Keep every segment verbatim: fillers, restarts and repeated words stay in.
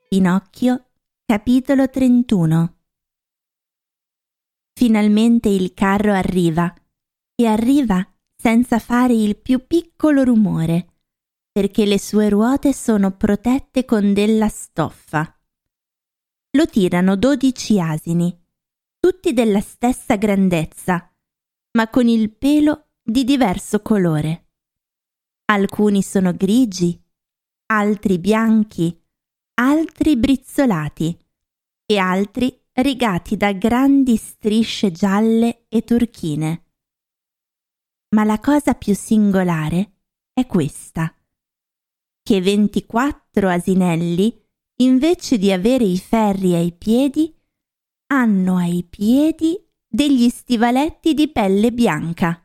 Pinocchio, capitolo trentuno. Finalmente il carro arriva, e arriva senza fare il più piccolo rumore, perché le sue ruote sono protette con della stoffa. Lo tirano dodici asini, tutti della stessa grandezza, ma con il pelo di diverso colore. Alcuni sono grigi, altri bianchi, altri brizzolati e altri rigati da grandi strisce gialle e turchine. Ma la cosa più singolare è questa, che ventiquattro asinelli, invece di avere i ferri ai piedi, hanno ai piedi degli stivaletti di pelle bianca.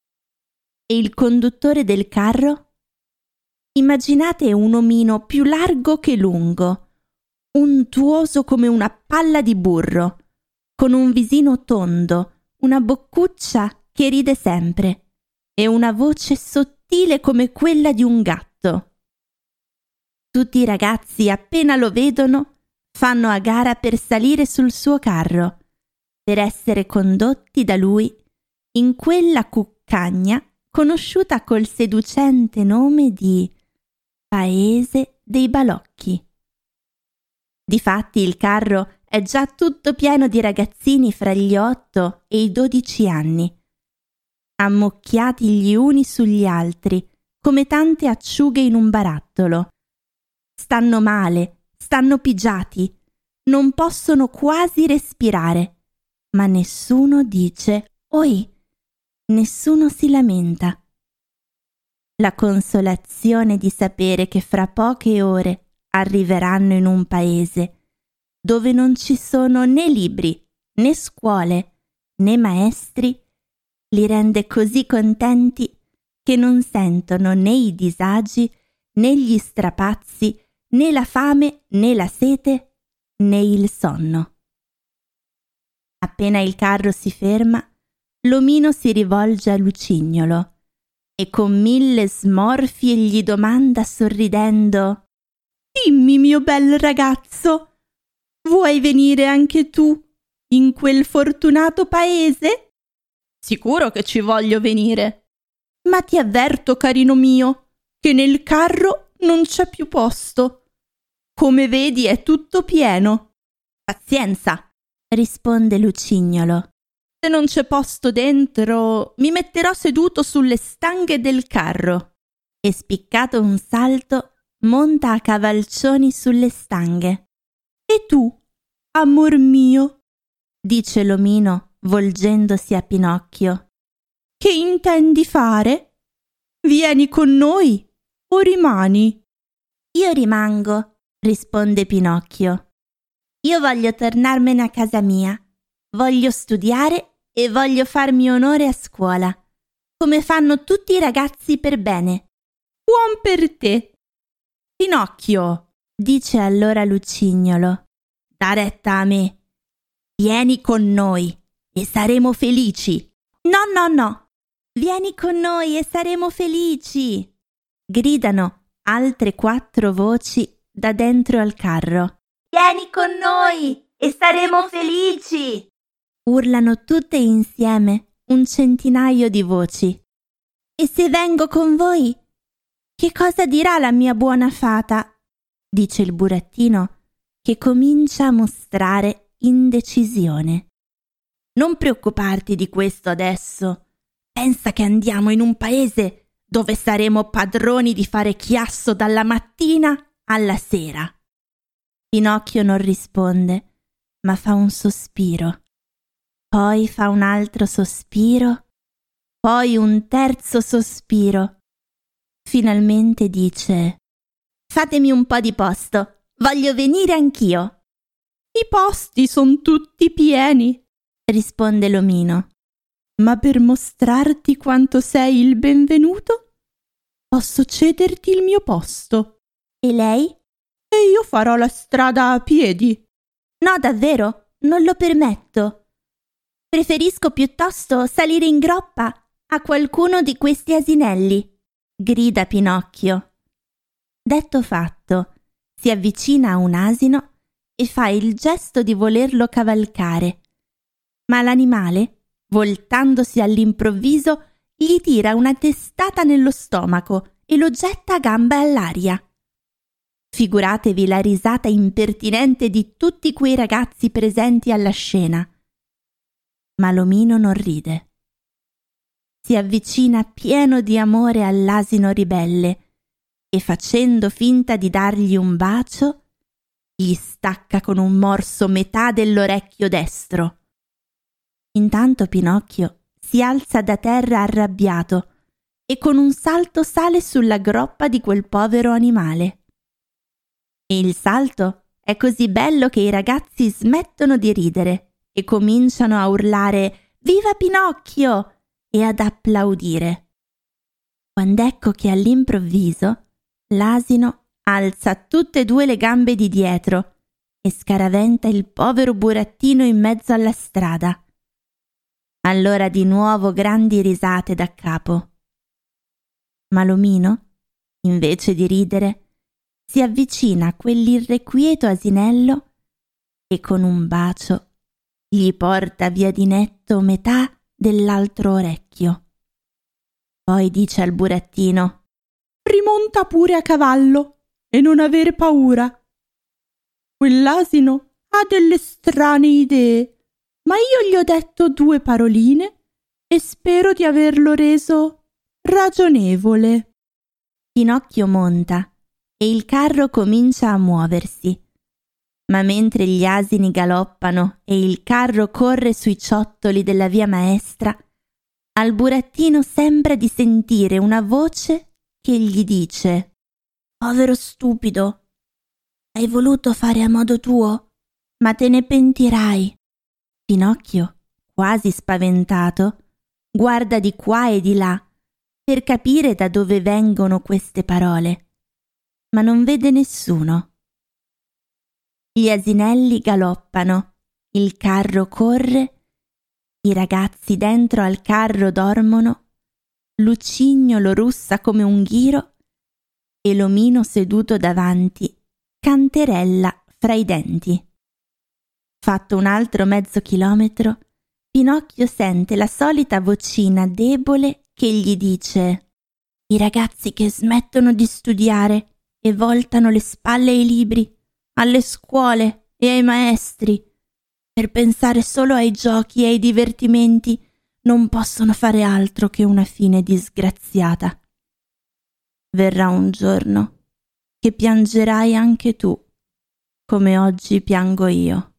E il conduttore del carro? Immaginate un omino più largo che lungo, untuoso come una palla di burro, con un visino tondo, una boccuccia che ride sempre e una voce sottile come quella di un gatto. Tutti i ragazzi, appena lo vedono, fanno a gara per salire sul suo carro, per essere condotti da lui in quella cuccagna conosciuta col seducente nome di Paese dei Balocchi. Difatti il carro è già tutto pieno di ragazzini fra gli otto e i dodici anni, ammucchiati gli uni sugli altri come tante acciughe in un barattolo. Stanno male, stanno pigiati, non possono quasi respirare, ma nessuno dice «Oi», nessuno si lamenta. La consolazione di sapere che fra poche ore arriveranno in un paese dove non ci sono né libri, né scuole, né maestri, li rende così contenti che non sentono né i disagi, né gli strapazzi, né la fame, né la sete, né il sonno. Appena il carro si ferma, l'omino si rivolge a Lucignolo e con mille smorfie gli domanda sorridendo: «Dimmi, mio bel ragazzo, vuoi venire anche tu in quel fortunato paese?» «Sicuro che ci voglio venire, ma ti avverto, carino mio, che nel carro non c'è più posto. Come vedi è tutto pieno». «Pazienza», risponde Lucignolo. «Se non c'è posto dentro, mi metterò seduto sulle stanghe del carro». E spiccato un salto, monta a cavalcioni sulle stanghe. «E tu, amor mio», dice l'omino volgendosi a Pinocchio, «che intendi fare? Vieni con noi o rimani?» «Io rimango», risponde Pinocchio. «Io voglio tornarmene a casa mia. Voglio studiare e voglio farmi onore a scuola, come fanno tutti i ragazzi per bene». «Buon per te!» «Pinocchio», dice allora Lucignolo, «da retta a me. Vieni con noi e saremo felici». «No, no, no! Vieni con noi e saremo felici!» gridano altre quattro voci da dentro al carro. «Vieni con noi e saremo felici!» urlano tutte insieme un centinaio di voci. «E se vengo con voi, che cosa dirà la mia buona fata?» dice il burattino, che comincia a mostrare indecisione. «Non preoccuparti di questo adesso. Pensa che andiamo in un paese dove saremo padroni di fare chiasso dalla mattina alla sera». Pinocchio non risponde, ma fa un sospiro. Poi fa un altro sospiro, poi un terzo sospiro. Finalmente dice: «Fatemi un po' di posto, voglio venire anch'io». «I posti son tutti pieni», risponde l'omino, «ma per mostrarti quanto sei il benvenuto, posso cederti il mio posto». «E lei?» «E io farò la strada a piedi». «No, davvero, non lo permetto. Preferisco piuttosto salire in groppa a qualcuno di questi asinelli», grida Pinocchio. Detto fatto, si avvicina a un asino e fa il gesto di volerlo cavalcare, ma l'animale, voltandosi all'improvviso, gli tira una testata nello stomaco e lo getta a gambe all'aria. Figuratevi la risata impertinente di tutti quei ragazzi presenti alla scena. Ma l'omino non ride. Si avvicina pieno di amore all'asino ribelle e, facendo finta di dargli un bacio, gli stacca con un morso metà dell'orecchio destro. Intanto Pinocchio si alza da terra arrabbiato e con un salto sale sulla groppa di quel povero animale. E il salto è così bello che i ragazzi smettono di ridere e cominciano a urlare «Viva Pinocchio!» e ad applaudire. Quand'ecco che all'improvviso l'asino alza tutte e due le gambe di dietro e scaraventa il povero burattino in mezzo alla strada. Allora di nuovo grandi risate da capo. Ma l'omino, invece di ridere, si avvicina a quell'irrequieto asinello e con un bacio gli porta via di netto metà dell'altro orecchio. Poi dice al burattino: «Rimonta pure a cavallo e non aver paura. Quell'asino ha delle strane idee, ma io gli ho detto due paroline e spero di averlo reso ragionevole». Pinocchio monta e il carro comincia a muoversi. Ma mentre gli asini galoppano e il carro corre sui ciottoli della via maestra, al burattino sembra di sentire una voce che gli dice: «Povero stupido, hai voluto fare a modo tuo, ma te ne pentirai». Pinocchio, quasi spaventato, guarda di qua e di là per capire da dove vengono queste parole, ma non vede nessuno. Gli asinelli galoppano, il carro corre, i ragazzi dentro al carro dormono, Lucignolo russa come un ghiro e l'omino seduto davanti canterella fra i denti. Fatto un altro mezzo chilometro, Pinocchio sente la solita vocina debole che gli dice: «I ragazzi che smettono di studiare e voltano le spalle ai libri, alle scuole e ai maestri, per pensare solo ai giochi e ai divertimenti, non possono fare altro che una fine disgraziata. Verrà un giorno che piangerai anche tu, come oggi piango io.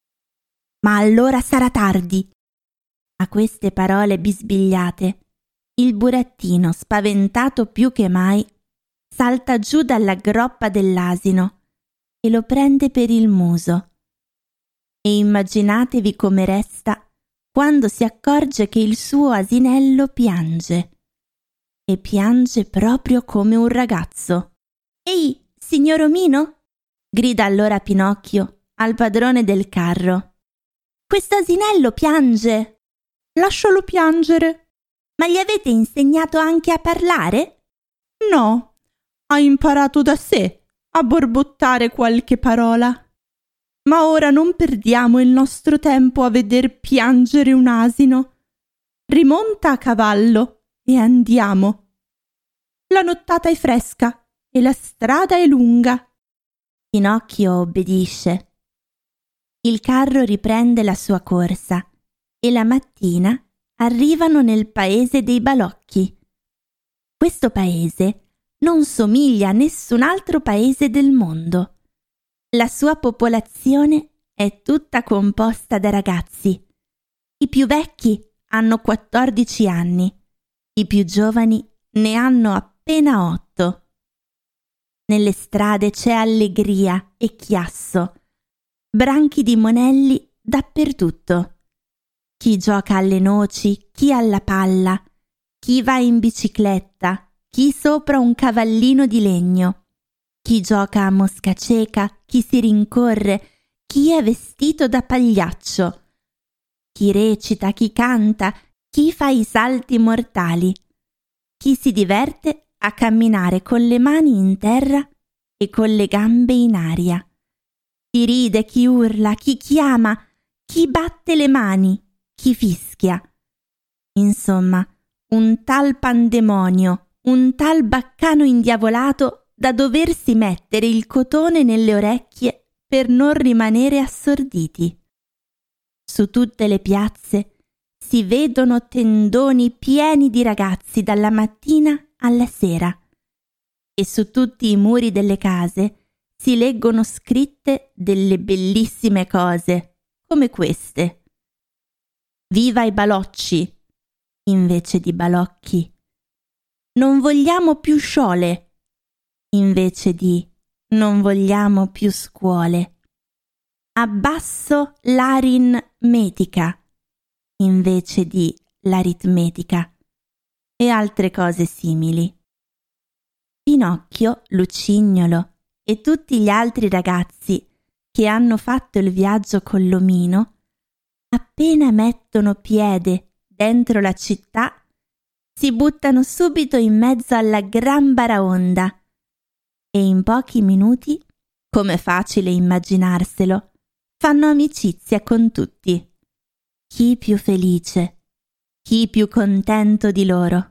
Ma allora sarà tardi». A queste parole bisbigliate, il burattino, spaventato più che mai, salta giù dalla groppa dell'asino e lo prende per il muso. E immaginatevi come resta quando si accorge che il suo asinello piange. E piange proprio come un ragazzo. «Ehi, signor omino!» grida allora Pinocchio al padrone del carro. «Questo asinello piange!» «Lascialo piangere». «Ma gli avete insegnato anche a parlare?» «No, ha imparato da sé a borbottare qualche parola. Ma ora non perdiamo il nostro tempo a veder piangere un asino. Rimonta a cavallo e andiamo. La nottata è fresca e la strada è lunga». Pinocchio obbedisce. Il carro riprende la sua corsa e la mattina arrivano nel paese dei balocchi. Questo paese non somiglia a nessun altro paese del mondo. La sua popolazione è tutta composta da ragazzi. I più vecchi hanno quattordici anni, i più giovani ne hanno appena otto. Nelle strade c'è allegria e chiasso, branchi di monelli dappertutto. Chi gioca alle noci, chi alla palla, chi va in bicicletta, chi sopra un cavallino di legno, chi gioca a mosca cieca, chi si rincorre, chi è vestito da pagliaccio, chi recita, chi canta, chi fa i salti mortali, chi si diverte a camminare con le mani in terra e con le gambe in aria. Chi ride, chi urla, chi chiama, chi batte le mani, chi fischia. Insomma, un tal pandemonio, un tal baccano indiavolato da doversi mettere il cotone nelle orecchie per non rimanere assorditi. Su tutte le piazze si vedono tendoni pieni di ragazzi dalla mattina alla sera e su tutti i muri delle case si leggono scritte delle bellissime cose, come queste. Viva i balocci, invece di balocchi. Non vogliamo più sciole, invece di non vogliamo più scuole. Abbasso l'aritmetica, invece di l'aritmetica, e altre cose simili. Pinocchio, Lucignolo e tutti gli altri ragazzi che hanno fatto il viaggio con l'omino, appena mettono piede dentro la città, si buttano subito in mezzo alla gran baraonda e in pochi minuti, come è facile immaginarselo, fanno amicizia con tutti. Chi più felice, chi più contento di loro.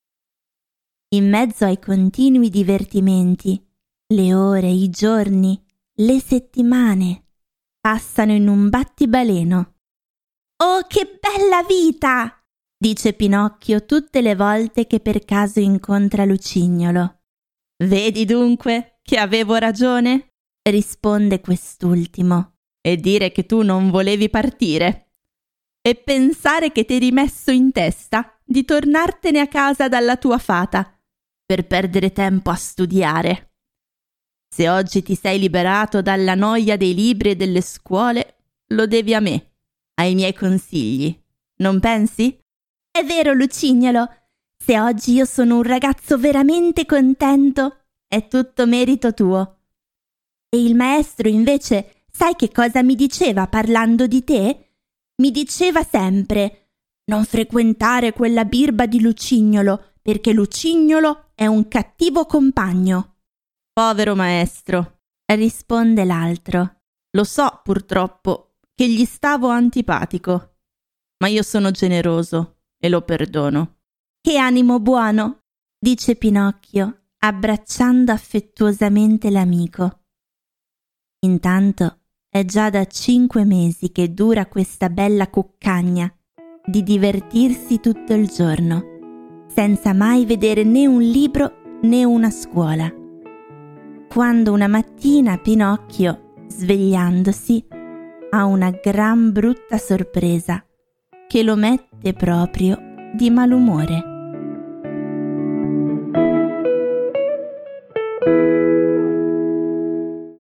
In mezzo ai continui divertimenti, le ore, i giorni, le settimane passano in un battibaleno. «Oh, che bella vita!» dice Pinocchio tutte le volte che per caso incontra Lucignolo. «Vedi dunque che avevo ragione?» risponde quest'ultimo. «E dire che tu non volevi partire. E pensare che t'eri messo in testa di tornartene a casa dalla tua fata per perdere tempo a studiare. Se oggi ti sei liberato dalla noia dei libri e delle scuole, lo devi a me, ai miei consigli. Non pensi?» «È vero, Lucignolo. Se oggi io sono un ragazzo veramente contento, è tutto merito tuo. E il maestro, invece, sai che cosa mi diceva parlando di te? Mi diceva sempre: non frequentare quella birba di Lucignolo, perché Lucignolo è un cattivo compagno». «Povero maestro», risponde l'altro. «Lo so, purtroppo, che gli stavo antipatico, ma io sono generoso e lo perdono». «Che animo buono!» dice Pinocchio, abbracciando affettuosamente l'amico. Intanto è già da cinque mesi che dura questa bella cuccagna di divertirsi tutto il giorno, senza mai vedere né un libro né una scuola. Quando una mattina Pinocchio, svegliandosi, ha una gran brutta sorpresa che lo mette proprio di malumore.